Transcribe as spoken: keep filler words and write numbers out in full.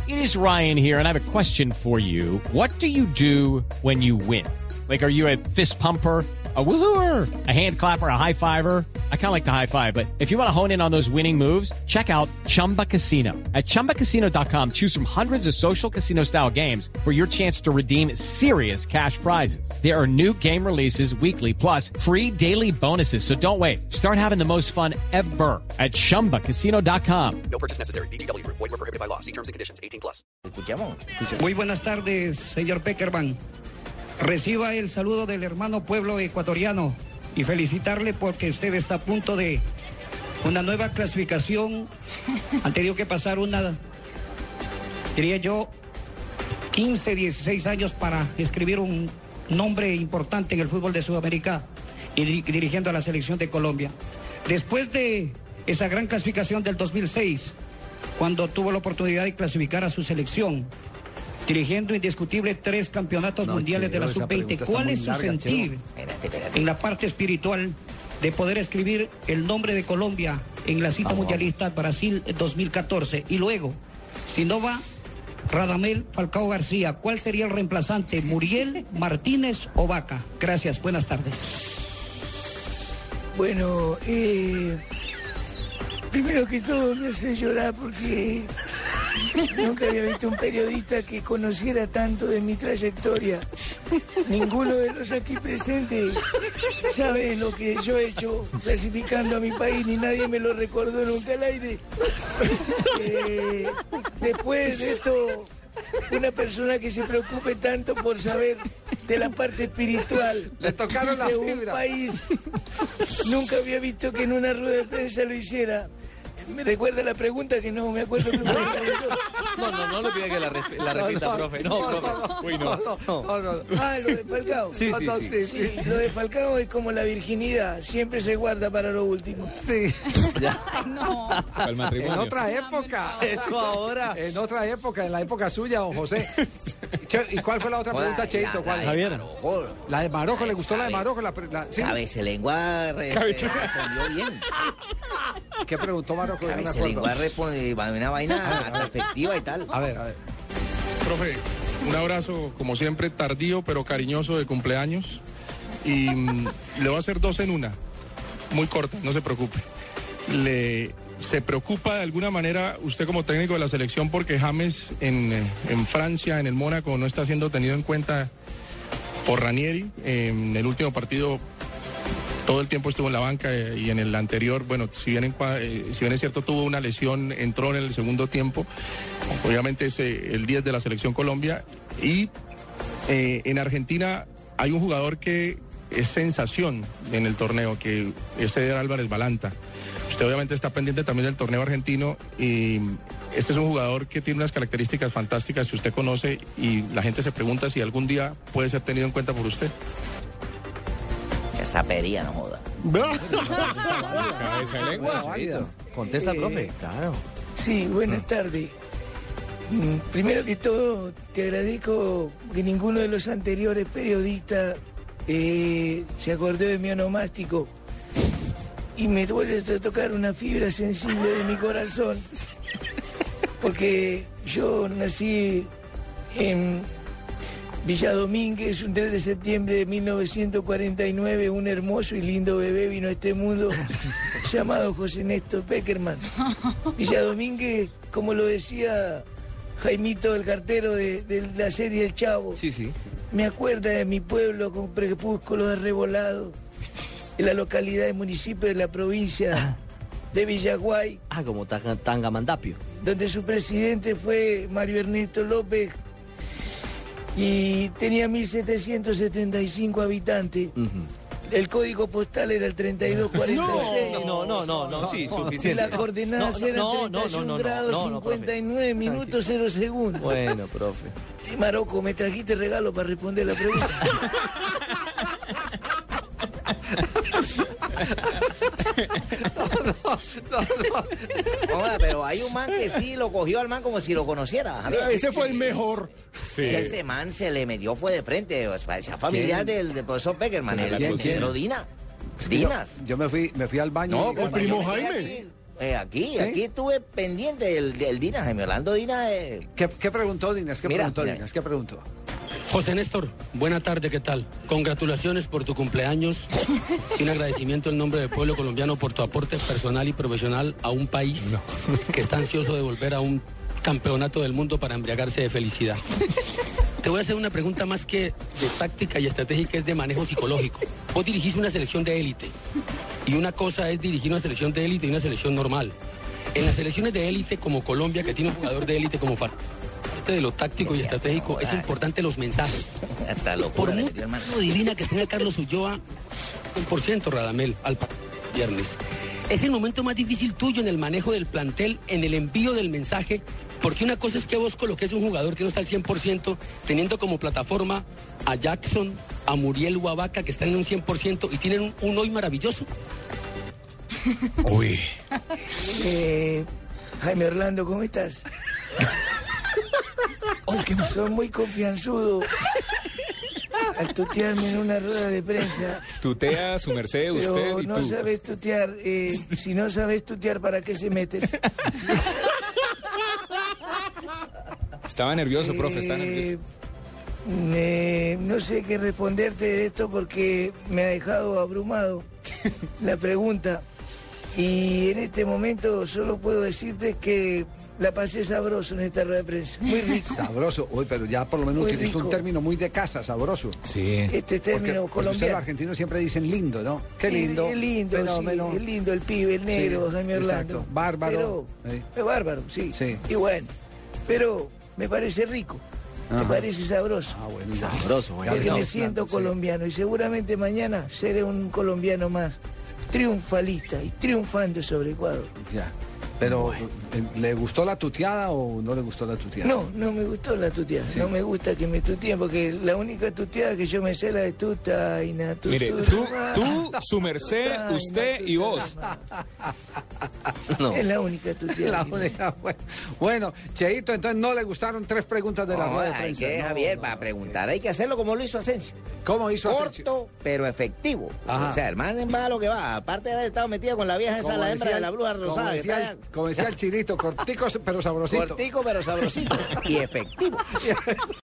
It is Ryan here, and I have a question for you. What do you do when you win? Like, are you a fist pumper, a woohooer, a hand clapper, a high fiver? I kind of like the high five, but if you want to hone in on those winning moves, check out Chumba Casino. At chumba casino dot com, choose from hundreds of social casino style games for your chance to redeem serious cash prizes. There are new game releases weekly, plus free daily bonuses. So don't wait. Start having the most fun ever at chumba casino dot com. No purchase necessary. V G W Group. Void where prohibited by law. See terms and conditions. eighteen plus. Muy buenas tardes, señor Peckerman. Reciba el saludo del hermano pueblo ecuatoriano y felicitarle porque usted está a punto de una nueva clasificación. Han tenido que pasar una, diría yo, quince, dieciséis años para escribir un nombre importante en el fútbol de Sudamérica y dir- dirigiendo a la selección de Colombia. Después de esa gran clasificación del dos mil seis, cuando tuvo la oportunidad de clasificar a su selección, dirigiendo indiscutible tres campeonatos No, mundiales Cheo, de la esa sub veinte. pregunta está ¿Cuál muy es su larga, sentir Cheo. Espérate, espérate. en la parte espiritual de poder escribir el nombre de Colombia en la cita Vamos, mundialista Brasil dos mil catorce? Y luego, si no va Radamel Falcao García, ¿cuál sería el reemplazante? ¿Muriel, Martínez o Vaca? Gracias, buenas tardes. Bueno, eh, primero que todo me hace llorar porque nunca había visto un periodista que conociera tanto de mi trayectoria. Ninguno de los aquí presentes sabe lo que yo he hecho clasificando a mi país, ni nadie me lo recordó nunca al aire. Eh, después de esto, una persona que se preocupe tanto por saber de la parte espiritual Le tocaron la de un fibra. país, nunca había visto que en una rueda de prensa lo hiciera. ¿Me recuerda la pregunta? Que no me acuerdo qué fue. No, no, no le pide que la, resp- la repita, profe. No, profe. Uy, no. No, no, no. Ah, lo de Falcao. Sí, sí, No, no, sí. Sí, lo de Falcao es como la virginidad, siempre se guarda para lo último. Sí. Al En matrimonio. otra época. Eso ahora. En otra época, en la época suya, don José. Che, ¿y cuál fue la otra pregunta, Cheito? ¿Cuál? Javier. La de Marocco, ¿le gustó la de Marocco? La, pre- la- ¿sí? Cabece lengua re- respondió bien. ¿Qué preguntó Marocco? No me Cabece acuerdo. lengua respondió una vaina efectiva y tal. A ver, a ver. Profe, un abrazo, como siempre, tardío pero cariñoso de cumpleaños. Y mm, le voy a hacer dos en una, muy corta, no se preocupe. Le, ¿Se preocupa de alguna manera usted como técnico de la selección porque James en, eh, en Francia, en el Mónaco, no está siendo tenido en cuenta por Ranieri? Eh, en el último partido todo el tiempo estuvo en la banca eh, y en el anterior, bueno, si bien, en cua- eh, si bien es cierto tuvo una lesión, entró en el segundo tiempo, obviamente es eh, el diez de la selección Colombia. Y eh, en Argentina hay un jugador que es sensación en el torneo, que es Eder Álvarez Balanta. Usted obviamente está pendiente también del torneo argentino y este es un jugador que tiene unas características fantásticas que usted conoce y la gente se pregunta si algún día puede ser tenido en cuenta por usted. Qué sapería, no joda. Cabeza de lengua. Válido. Contesta, Eh, profe. Claro. Sí, buenas tardes. Mm, Primero que todo, te agradezco que ninguno de los anteriores periodistas eh, se acordó de mi onomástico y me vuelves a tocar una fibra sensible de mi corazón. Porque yo nací en Villa Domínguez un tres de septiembre de mil novecientos cuarenta y nueve. Un hermoso y lindo bebé vino a este mundo llamado José Néstor Peckerman. Villa Domínguez, como lo decía Jaimito, el cartero de, de la serie El Chavo, Sí, sí. me acuerda de mi pueblo con crepúsculos arrebolados, en la localidad y municipio de la provincia de Villaguay, Ah, como tanga- Tangamandapio. donde su presidente fue Mario Ernesto López y tenía mil setecientos setenta y cinco habitantes. El código postal era el treinta y dos cuarenta y seis. No, no, no, no, sí, Y suficiente. las coordenadas No, no, eran no, no, treinta y no, uno no, grados, no, no, profe. cincuenta y nueve minutos, cero segundos. Bueno, profe. Y Marocco, me trajiste regalo para responder la pregunta. Joda, pero hay un man que sí lo cogió al man como si lo conociera. Javier. Ese fue el mejor. Y ese man se le metió, fue de frente. Pues, parecía familiar del, del profesor Peckerman, el ¿Quién, quién? ingeniero Dina. Es que yo- Dinas. Yo me fui, me fui al baño. No, y- cuando primo yo llegué Jaime. aquí, Eh, aquí, ¿Sí? aquí estuve pendiente del, del Dina, Jaime Orlando Dina. Eh, ¿Qué, qué preguntó Dinas? ¿Qué Mira, preguntó mira. Dinas? ¿Qué preguntó? José Néstor, buena tarde, ¿qué tal? Congratulaciones por tu cumpleaños y un agradecimiento en nombre del pueblo colombiano por tu aporte personal y profesional a un país que está ansioso de volver a un campeonato del mundo para embriagarse de felicidad. Te voy a hacer una pregunta más que de táctica y estratégica, es de manejo psicológico. Vos dirigís una selección de élite y una cosa es dirigir una selección de élite y una selección normal. En las selecciones de élite como Colombia, que tiene un jugador de élite como Far... Parte de lo táctico y estratégico es importante los mensajes. hasta locura Por le mucho metió el man. divina que tenga Carlos Ulloa, un por ciento Radamel al pa- viernes. Es el momento más difícil tuyo en el manejo del plantel, en el envío del mensaje, porque una cosa es que vos coloques un jugador que no está al cien por ciento, teniendo como plataforma a Jackson, a Muriel Huavaca, que están en un cien por ciento y tienen un, un hoy maravilloso. Uy. Eh, Jaime Orlando, ¿cómo estás? Oh, que sos muy confianzudo al tutearme en una rueda de prensa. Tutea su merced, usted Pero y no tú. sabes tutear. Eh, si no sabes tutear, ¿para qué se metes? Estaba nervioso, profe, estaba Eh, nervioso. eh, no sé qué responderte de esto porque me ha dejado abrumado la pregunta. Y en este momento solo puedo decirte que la pasé sabroso en esta rueda de prensa. Muy rico. Sabroso. Uy, pero ya por lo menos Muy utilizó un rico. término muy de casa, sabroso. Sí. Este Porque, término porque ustedes los colombiano. argentinos siempre dicen lindo, ¿no? Qué lindo. Es lindo, fenómeno. sí, es lindo el pibe, el negro, Sí, Jaime Orlando. exacto. Bárbaro. Pero, Sí. es bárbaro, sí. Sí. Y bueno, pero me parece rico, Ajá. me parece sabroso. Ah, bueno. Sabroso, Ya bueno. le Porque me estamos siento hablando, sí. colombiano y seguramente mañana seré un colombiano más triunfalista y triunfando sobre Ecuador. Ya. Pero, eh, ¿le gustó la tuteada o no le gustó la tuteada? No, no me gustó la tuteada, Sí. no me gusta que me tuteen porque la única tuteada que yo me sé es la de tuta y na, tu, Mire, tu, tú, ma, tú, su merced, tuta, y usted na, y tuta, vos. ma. No. Es la única tuteada. La que me sé. única, bueno. Bueno, Cheito, entonces no le gustaron tres preguntas de la No, rueda de hay prensa. que, No, Javier, no, para no. preguntar, hay que hacerlo como lo hizo Asensio. ¿Cómo hizo Asensio? Corto, pero efectivo. Ajá. O sea, el man va a lo que va. Aparte de haber estado metido con la vieja esa, Como la hembra decía de la el- bruja como rosada. que decía está el- Como decía el chinito, cortico pero sabrosito. cortico, pero sabrosito. Y efectivo.